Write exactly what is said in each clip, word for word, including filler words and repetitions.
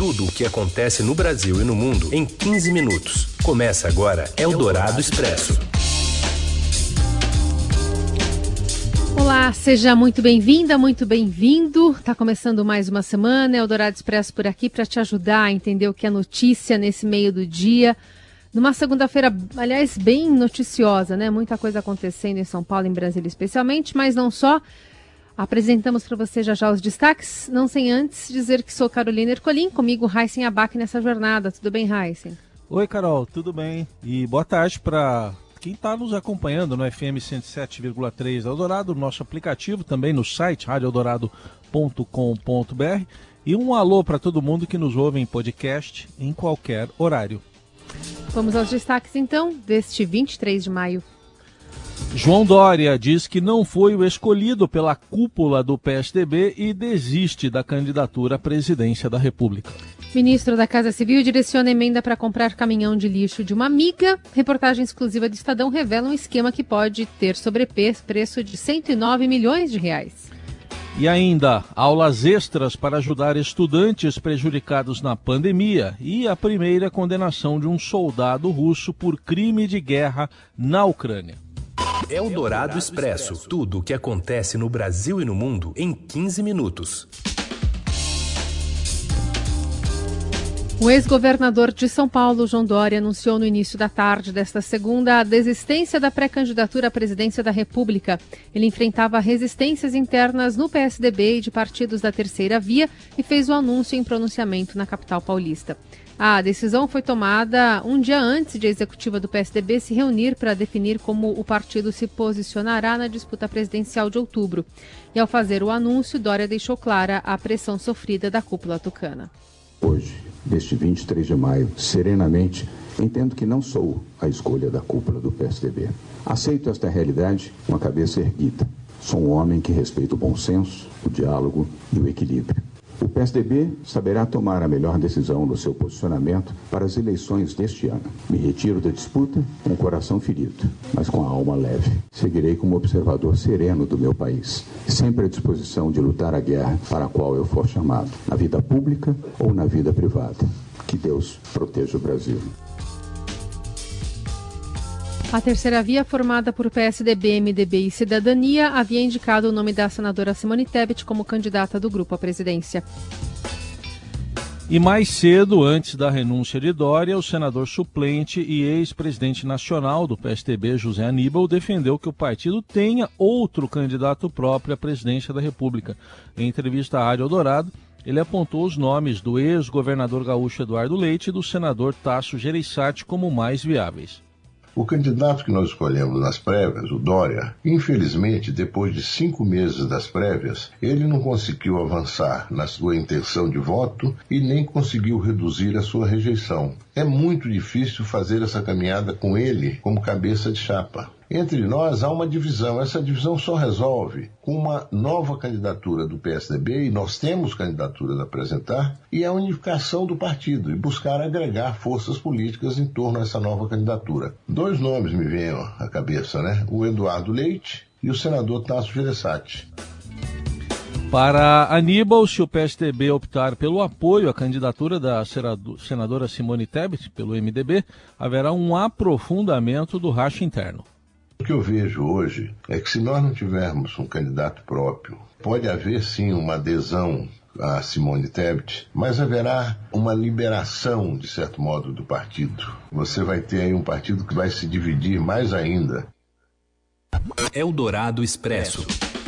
Tudo o que acontece no Brasil e no mundo em quinze minutos. Começa agora Eldorado Expresso. Olá, seja muito bem-vinda, muito bem-vindo. Tá começando mais uma semana, Eldorado Expresso por aqui para te ajudar a entender o que é notícia nesse meio do dia. Numa segunda-feira, aliás, bem noticiosa, né? Muita coisa acontecendo em São Paulo, em Brasília especialmente, mas não só. Apresentamos para você já já os destaques, não sem antes dizer que sou Carolina Ercolim, comigo Raíssen Abac nessa jornada. Tudo bem, Raíssen? Oi, Carol, tudo bem? E boa tarde para quem está nos acompanhando no F M cento e sete vírgula três Eldorado, nosso aplicativo, também no site rádio eldorado ponto com ponto b r, e um alô para todo mundo que nos ouve em podcast em qualquer horário. Vamos aos destaques então deste vinte e três de maio. João Dória diz que não foi o escolhido pela cúpula do P S D B e desiste da candidatura à presidência da República. Ministro da Casa Civil direciona emenda para comprar caminhão de lixo de uma amiga. Reportagem exclusiva do Estadão revela um esquema que pode ter sobrepreço de cento e nove milhões de reais. E ainda, aulas extras para ajudar estudantes prejudicados na pandemia e a primeira condenação de um soldado russo por crime de guerra na Ucrânia. Eldorado Expresso. Tudo o que acontece no Brasil e no mundo em quinze minutos. O ex-governador de São Paulo, João Dória, anunciou no início da tarde desta segunda a desistência da pré-candidatura à presidência da República. Ele enfrentava resistências internas no P S D B e de partidos da terceira via e fez o anúncio em pronunciamento na capital paulista. A decisão foi tomada um dia antes de a executiva do P S D B se reunir para definir como o partido se posicionará na disputa presidencial de outubro. E ao fazer o anúncio, Dória deixou clara a pressão sofrida da cúpula tucana. Hoje, deste vinte e três de maio, serenamente, entendo que não sou a escolha da cúpula do P S D B. Aceito esta realidade com a cabeça erguida. Sou um homem que respeita o bom senso, o diálogo e o equilíbrio. O P S D B saberá tomar a melhor decisão no seu posicionamento para as eleições deste ano. Me retiro da disputa com o coração ferido, mas com a alma leve. Seguirei como observador sereno do meu país, sempre à disposição de lutar a guerra para a qual eu for chamado, na vida pública ou na vida privada. Que Deus proteja o Brasil. A terceira via, formada por P S D B, M D B e Cidadania, havia indicado o nome da senadora Simone Tebet como candidata do grupo à presidência. E mais cedo, antes da renúncia de Dória, o senador suplente e ex-presidente nacional do P S D B, José Aníbal, defendeu que o partido tenha outro candidato próprio à presidência da República. Em entrevista à Rádio Eldorado, ele apontou os nomes do ex-governador gaúcho Eduardo Leite e do senador Tasso Gereissati como mais viáveis. O candidato que nós escolhemos nas prévias, o Dória, infelizmente, depois de cinco meses das prévias, ele não conseguiu avançar na sua intenção de voto e nem conseguiu reduzir a sua rejeição. É muito difícil fazer essa caminhada com ele como cabeça de chapa. Entre nós há uma divisão, essa divisão só resolve com uma nova candidatura do P S D B, e nós temos candidaturas a apresentar, e a unificação do partido, e buscar agregar forças políticas em torno dessa nova candidatura. Dois nomes me vêm à cabeça, né? O Eduardo Leite e o senador Tasso Gereissati. Para Aníbal, se o P S D B optar pelo apoio à candidatura da senadora Simone Tebet, pelo M D B, haverá um aprofundamento do racha interno. O que eu vejo hoje é que se nós não tivermos um candidato próprio, pode haver sim uma adesão a Simone Tebet, mas haverá uma liberação, de certo modo, do partido. Você vai ter aí um partido que vai se dividir mais ainda. Eldorado Expresso.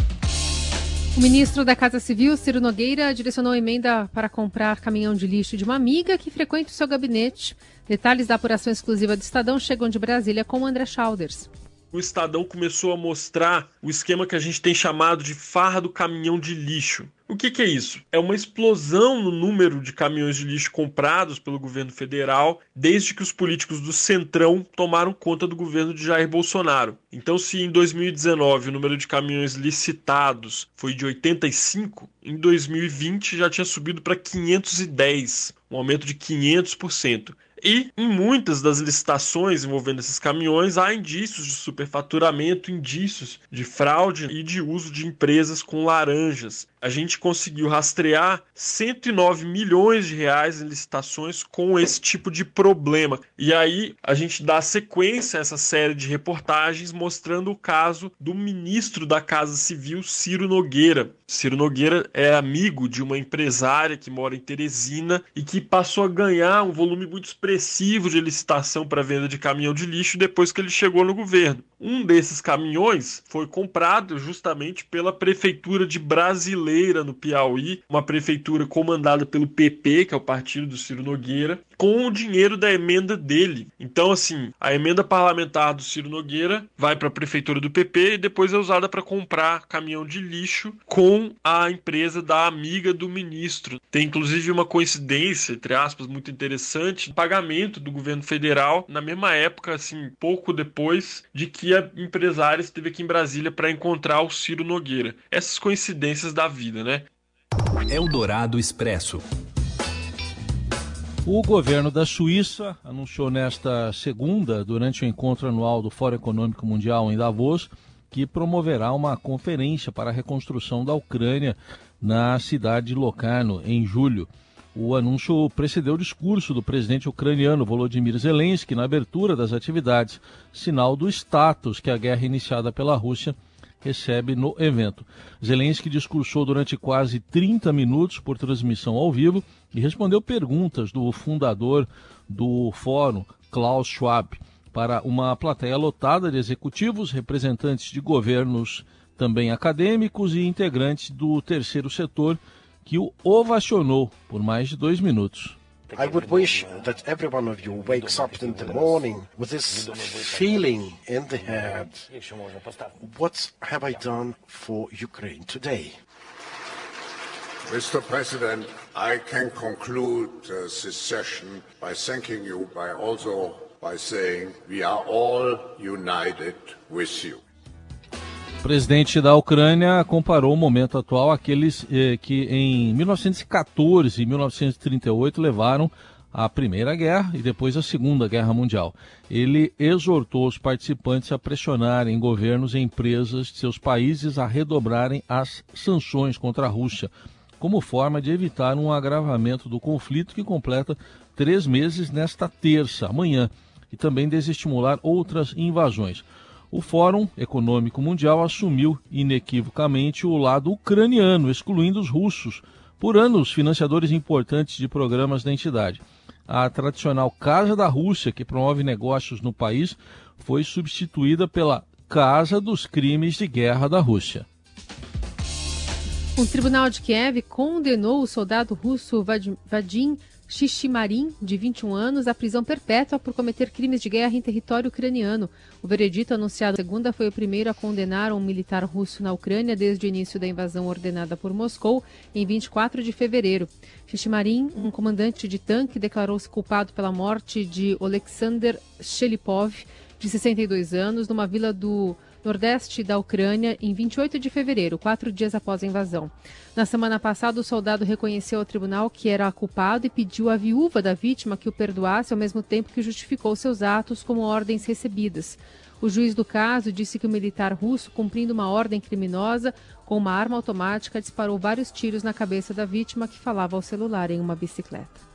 O ministro da Casa Civil, Ciro Nogueira, direcionou emenda para comprar caminhão de lixo de uma amiga que frequenta o seu gabinete. Detalhes da apuração exclusiva do Estadão chegam de Brasília com André Schauders. O Estadão começou a mostrar o esquema que a gente tem chamado de farra do caminhão de lixo. O que, que é isso? É uma explosão no número de caminhões de lixo comprados pelo governo federal desde que os políticos do Centrão tomaram conta do governo de Jair Bolsonaro. Então, se em dois mil e dezenove o número de caminhões licitados foi de oitenta e cinco, em dois mil e vinte já tinha subido para quinhentos e dez, um aumento de quinhentos por cento. E em muitas das licitações envolvendo esses caminhões há indícios de superfaturamento, indícios de fraude e de uso de empresas com laranjas. a gente conseguiu rastrear cento e nove milhões de reais em licitações com esse tipo de problema. E aí a gente dá sequência a essa série de reportagens mostrando o caso do ministro da Casa Civil, Ciro Nogueira. Ciro Nogueira é amigo de uma empresária que mora em Teresina e que passou a ganhar um volume muito expressivo de licitação para venda de caminhão de lixo depois que ele chegou no governo. Um desses caminhões foi comprado justamente pela Prefeitura de Brasileira, no Piauí, uma prefeitura comandada pelo P P, que é o partido do Ciro Nogueira, com o dinheiro da emenda dele. Então, assim, a emenda parlamentar do Ciro Nogueira vai para a prefeitura do P P e depois é usada para comprar caminhão de lixo com a empresa da amiga do ministro. Tem, inclusive, uma coincidência, entre aspas, muito interessante, o pagamento do governo federal na mesma época, assim, pouco depois de que a empresária esteve aqui em Brasília para encontrar o Ciro Nogueira. Essas coincidências da vida, né? Eldorado Expresso. O governo da Suíça anunciou nesta segunda, durante o encontro anual do Fórum Econômico Mundial em Davos, que promoverá uma conferência para a reconstrução da Ucrânia na cidade de Locarno, em julho. O anúncio precedeu o discurso do presidente ucraniano Volodymyr Zelensky na abertura das atividades, sinal do status que a guerra iniciada pela Rússia recebe no evento. Zelensky discursou durante quase trinta minutos por transmissão ao vivo e respondeu perguntas do fundador do fórum, Klaus Schwab, para uma plateia lotada de executivos, representantes de governos também acadêmicos e integrantes do terceiro setor, que o ovacionou por mais de dois minutos. I would wish that every one of you wakes up in the morning with this feeling in the head. What have I done for Ukraine today? Mister President, I can conclude uh, this session by thanking you, by also by saying we are all united with you. O presidente da Ucrânia comparou o momento atual àqueles eh, que em mil novecentos e quatorze e mil novecentos e trinta e oito levaram à Primeira Guerra e depois à Segunda Guerra Mundial. Ele exortou os participantes a pressionarem governos e empresas de seus países a redobrarem as sanções contra a Rússia, como forma de evitar um agravamento do conflito que completa três meses nesta terça, amanhã, e também desestimular outras invasões. O Fórum Econômico Mundial assumiu inequivocamente o lado ucraniano, excluindo os russos, por anos financiadores importantes de programas da entidade. A tradicional Casa da Rússia, que promove negócios no país, foi substituída pela Casa dos Crimes de Guerra da Rússia. Um tribunal de Kiev condenou o soldado russo Vadim Shishimarin, de vinte e um anos, à prisão perpétua por cometer crimes de guerra em território ucraniano. O veredito anunciado segunda foi o primeiro a condenar um militar russo na Ucrânia desde o início da invasão ordenada por Moscou em vinte e quatro de fevereiro. Shishimarin, um comandante de tanque, declarou-se culpado pela morte de Oleksandr Shelipov, de sessenta e dois anos, numa vila do nordeste da Ucrânia, em vinte e oito de fevereiro, quatro dias após a invasão. Na semana passada, o soldado reconheceu ao tribunal que era culpado e pediu à viúva da vítima que o perdoasse, ao mesmo tempo que justificou seus atos como ordens recebidas. O juiz do caso disse que o militar russo, cumprindo uma ordem criminosa, com uma arma automática, disparou vários tiros na cabeça da vítima, que falava ao celular em uma bicicleta.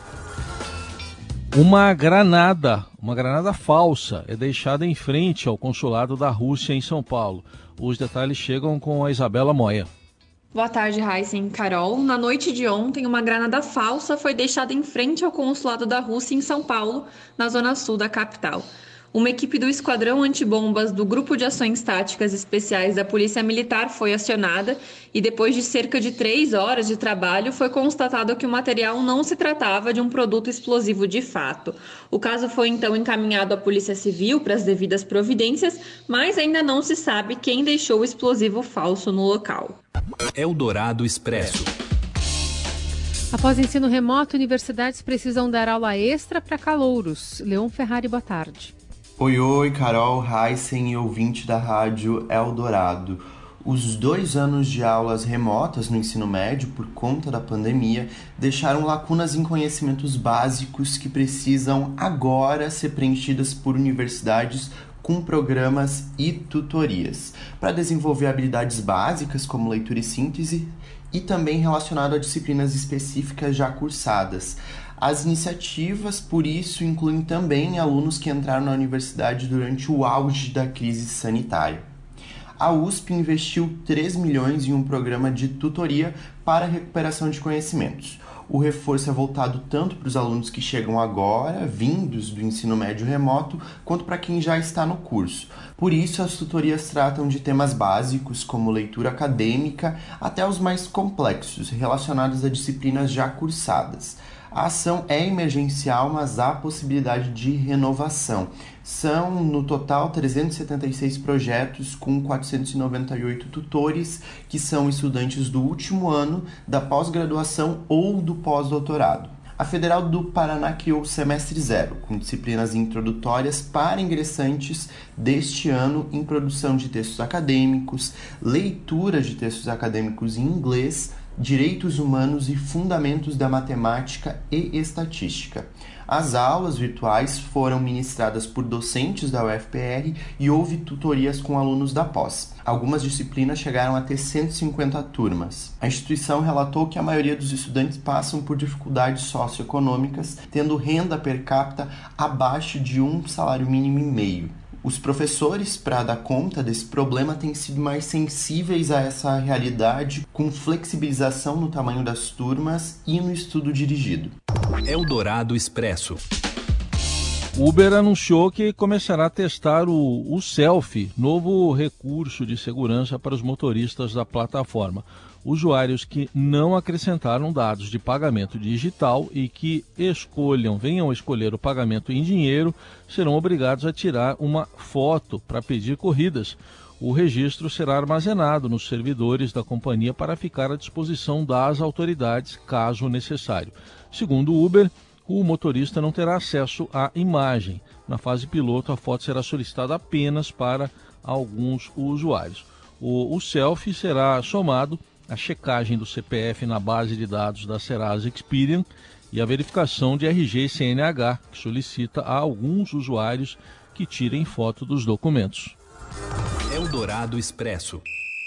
Uma granada, uma granada falsa, é deixada em frente ao consulado da Rússia em São Paulo. Os detalhes chegam com a Isabela Moia. Boa tarde, Heisen e Carol. Na noite de ontem, uma granada falsa foi deixada em frente ao consulado da Rússia em São Paulo, na zona sul da capital. Uma equipe do Esquadrão Antibombas do Grupo de Ações Táticas Especiais da Polícia Militar foi acionada e, depois de cerca de três horas de trabalho, foi constatado que o material não se tratava de um produto explosivo de fato. O caso foi então encaminhado à Polícia Civil para as devidas providências, mas ainda não se sabe quem deixou o explosivo falso no local. Eldorado Expresso. Após ensino remoto, universidades precisam dar aula extra para calouros. Leon Ferrari, boa tarde. Oi, oi, Carol, Heisen e ouvinte da Rádio Eldorado. Os dois anos de aulas remotas no ensino médio, por conta da pandemia, deixaram lacunas em conhecimentos básicos que precisam agora ser preenchidas por universidades com programas e tutorias, para desenvolver habilidades básicas como leitura e síntese e também relacionado a disciplinas específicas já cursadas. As iniciativas, por isso, incluem também alunos que entraram na universidade durante o auge da crise sanitária. A U S P investiu três milhões em um programa de tutoria para a recuperação de conhecimentos. O reforço é voltado tanto para os alunos que chegam agora, vindos do ensino médio remoto, quanto para quem já está no curso. Por isso, as tutorias tratam de temas básicos, como leitura acadêmica, até os mais complexos, relacionados a disciplinas já cursadas. A ação é emergencial, mas há possibilidade de renovação. São, no total, trezentos e setenta e seis projetos com quatrocentos e noventa e oito tutores, que são estudantes do último ano, da pós-graduação ou do pós-doutorado. A Federal do Paraná criou o Semestre Zero, com disciplinas introdutórias para ingressantes deste ano em produção de textos acadêmicos, leitura de textos acadêmicos em inglês, direitos humanos e fundamentos da matemática e estatística. As aulas virtuais foram ministradas por docentes da U F P R e houve tutorias com alunos da pós. Algumas disciplinas chegaram a ter cento e cinquenta turmas. A instituição relatou que a maioria dos estudantes passam por dificuldades socioeconômicas, tendo renda per capita abaixo de um salário mínimo e meio. Os professores, para dar conta desse problema, têm sido mais sensíveis a essa realidade, com flexibilização no tamanho das turmas e no estudo dirigido. Eldorado Expresso. Uber anunciou que começará a testar o, o Selfie, novo recurso de segurança para os motoristas da plataforma. Usuários que não acrescentaram dados de pagamento digital e que escolham, venham escolher o pagamento em dinheiro, serão obrigados a tirar uma foto para pedir corridas. O registro será armazenado nos servidores da companhia para ficar à disposição das autoridades, caso necessário. Segundo o Uber, o motorista não terá acesso à imagem. Na fase piloto, a foto será solicitada apenas para alguns usuários. O, o selfie será somado à checagem do C P F na base de dados da Serasa Experian e a verificação de R G e C N H, que solicita a alguns usuários que tirem foto dos documentos. Eldorado Expresso.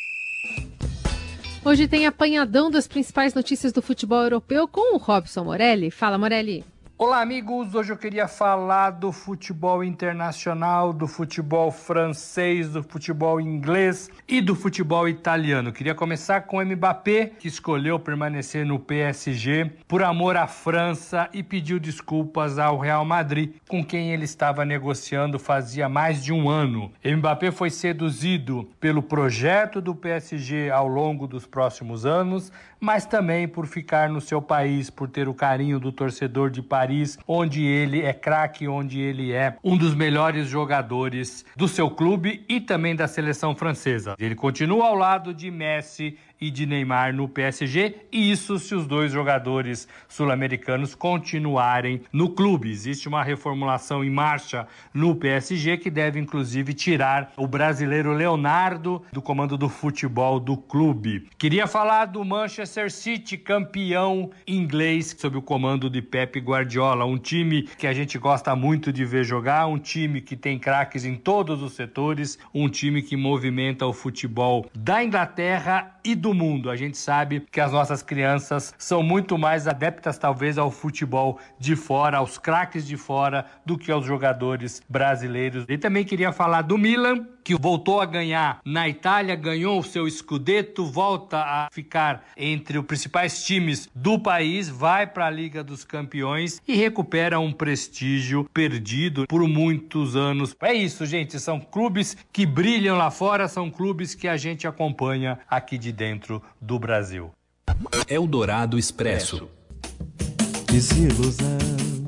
Hoje tem apanhadão das principais notícias do futebol europeu com o Robson Morelli. Fala, Morelli. Olá, amigos. Hoje eu queria falar do futebol internacional, do futebol francês, do futebol inglês e do futebol italiano. Queria começar com o Mbappé, que escolheu permanecer no P S G por amor à França e pediu desculpas ao Real Madrid, com quem ele estava negociando fazia mais de um ano. Mbappé foi seduzido pelo projeto do P S G ao longo dos próximos anos, mas também por ficar no seu país, por ter o carinho do torcedor de Paris, onde ele é craque, onde ele é um dos melhores jogadores do seu clube e também da seleção francesa. Ele continua ao lado de Messi e de Neymar no P S G, e isso se os dois jogadores sul-americanos continuarem no clube. Existe uma reformulação em marcha no P S G que deve inclusive tirar o brasileiro Leonardo do comando do futebol do clube. Queria falar do Manchester City, campeão inglês sob o comando de Pep Guardiola, um time que a gente gosta muito de ver jogar, um time que tem craques em todos os setores, um time que movimenta o futebol da Inglaterra e do mundo. A gente sabe que as nossas crianças são muito mais adeptas talvez ao futebol de fora, aos craques de fora, do que aos jogadores brasileiros. E também queria falar do Milan, que voltou a ganhar na Itália, ganhou o seu Scudetto, volta a ficar entre os principais times do país, vai para a Liga dos Campeões e recupera um prestígio perdido por muitos anos. É isso, gente, são clubes que brilham lá fora, são clubes que a gente acompanha aqui de dentro do Brasil. Eldorado Expresso. Desilusão,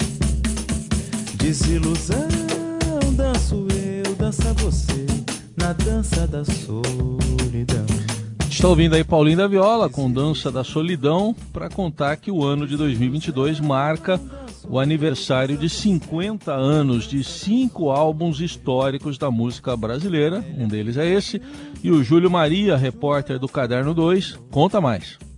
desilusão, danço eu, dança você, na dança da solidão. Está ouvindo aí Paulinho da Viola com Dança da Solidão, para contar que o ano de dois mil e vinte e dois marca o aniversário de cinquenta anos de cinco álbuns históricos da música brasileira, um deles é esse, e o Júlio Maria, repórter do Caderno dois, conta mais.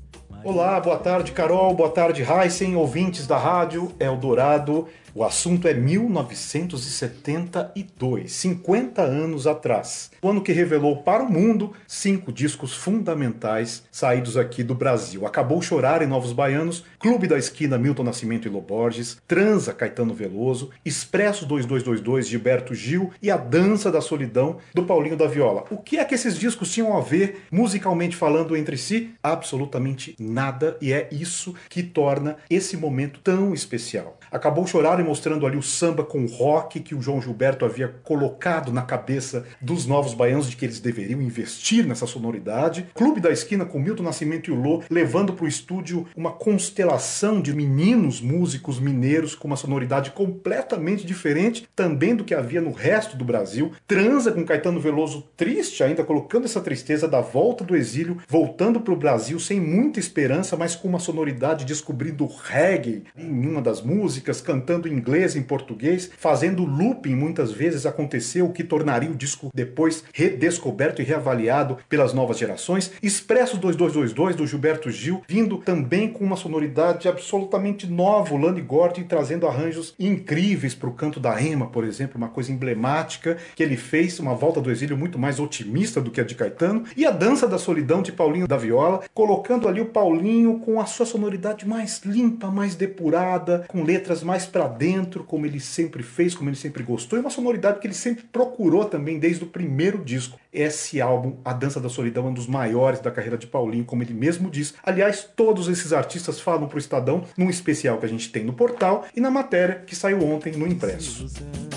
Olá, boa tarde, Carol, boa tarde, Heisen, ouvintes da Rádio Eldorado. O assunto é mil novecentos e setenta e dois, cinquenta anos atrás. O ano que revelou para o mundo cinco discos fundamentais saídos aqui do Brasil. Acabou Chorar em Novos Baianos, Clube da Esquina, Milton Nascimento e Lô Borges, Transa, Caetano Veloso, Expresso dois dois dois dois, Gilberto Gil e A Dança da Solidão, do Paulinho da Viola. O que é que esses discos tinham a ver, musicalmente falando, entre si? Absolutamente nada, e é isso que torna esse momento tão especial. Acabou Chorar mostrando ali o samba com o rock que o João Gilberto havia colocado na cabeça dos novos baianos de que eles deveriam investir nessa sonoridade. Clube da Esquina com Milton Nascimento e o Lô, levando para o estúdio uma constelação de meninos músicos mineiros com uma sonoridade completamente diferente também do que havia no resto do Brasil. Transa com Caetano Veloso triste, ainda colocando essa tristeza da volta do exílio, voltando para o Brasil sem muita esperança, mas com uma sonoridade descobrindo reggae em uma das músicas, cantando em inglês, em português, fazendo looping muitas vezes aconteceu, o que tornaria o disco depois redescoberto e reavaliado pelas novas gerações. Expresso dois dois dois dois, do Gilberto Gil, vindo também com uma sonoridade absolutamente nova, o Lani Gordon trazendo arranjos incríveis para o canto da Ema, por exemplo, uma coisa emblemática que ele fez, uma volta do exílio muito mais otimista do que a de Caetano, e A Dança da Solidão, de Paulinho da Viola, colocando ali o Paulinho com a sua sonoridade mais limpa, mais depurada, com letras mais para dentro, como ele sempre fez, como ele sempre gostou, e uma sonoridade que ele sempre procurou também desde o primeiro disco. Esse álbum, A Dança da Solidão, é um dos maiores da carreira de Paulinho, como ele mesmo diz. Aliás, todos esses artistas falam pro Estadão num especial que a gente tem no portal e na matéria que saiu ontem no Impresso.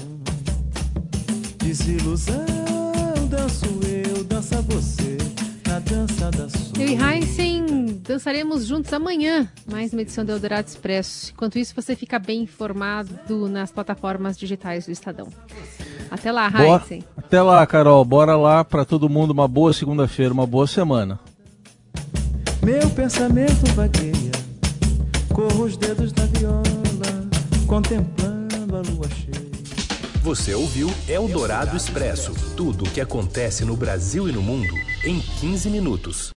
Desilusão, danço eu, dança você, na dança da solidão. Eu e Heisen dançaremos juntos amanhã, mais uma edição do Eldorado Expresso. Enquanto isso, você fica bem informado nas plataformas digitais do Estadão. Até lá, Heisen. Até lá, Carol. Bora lá, para todo mundo uma boa segunda-feira, uma boa semana. Meu pensamento vagueia, corro os dedos na viola, contemplando a lua cheia. Você ouviu Eldorado Expresso, tudo o que acontece no Brasil e no mundo em quinze minutos.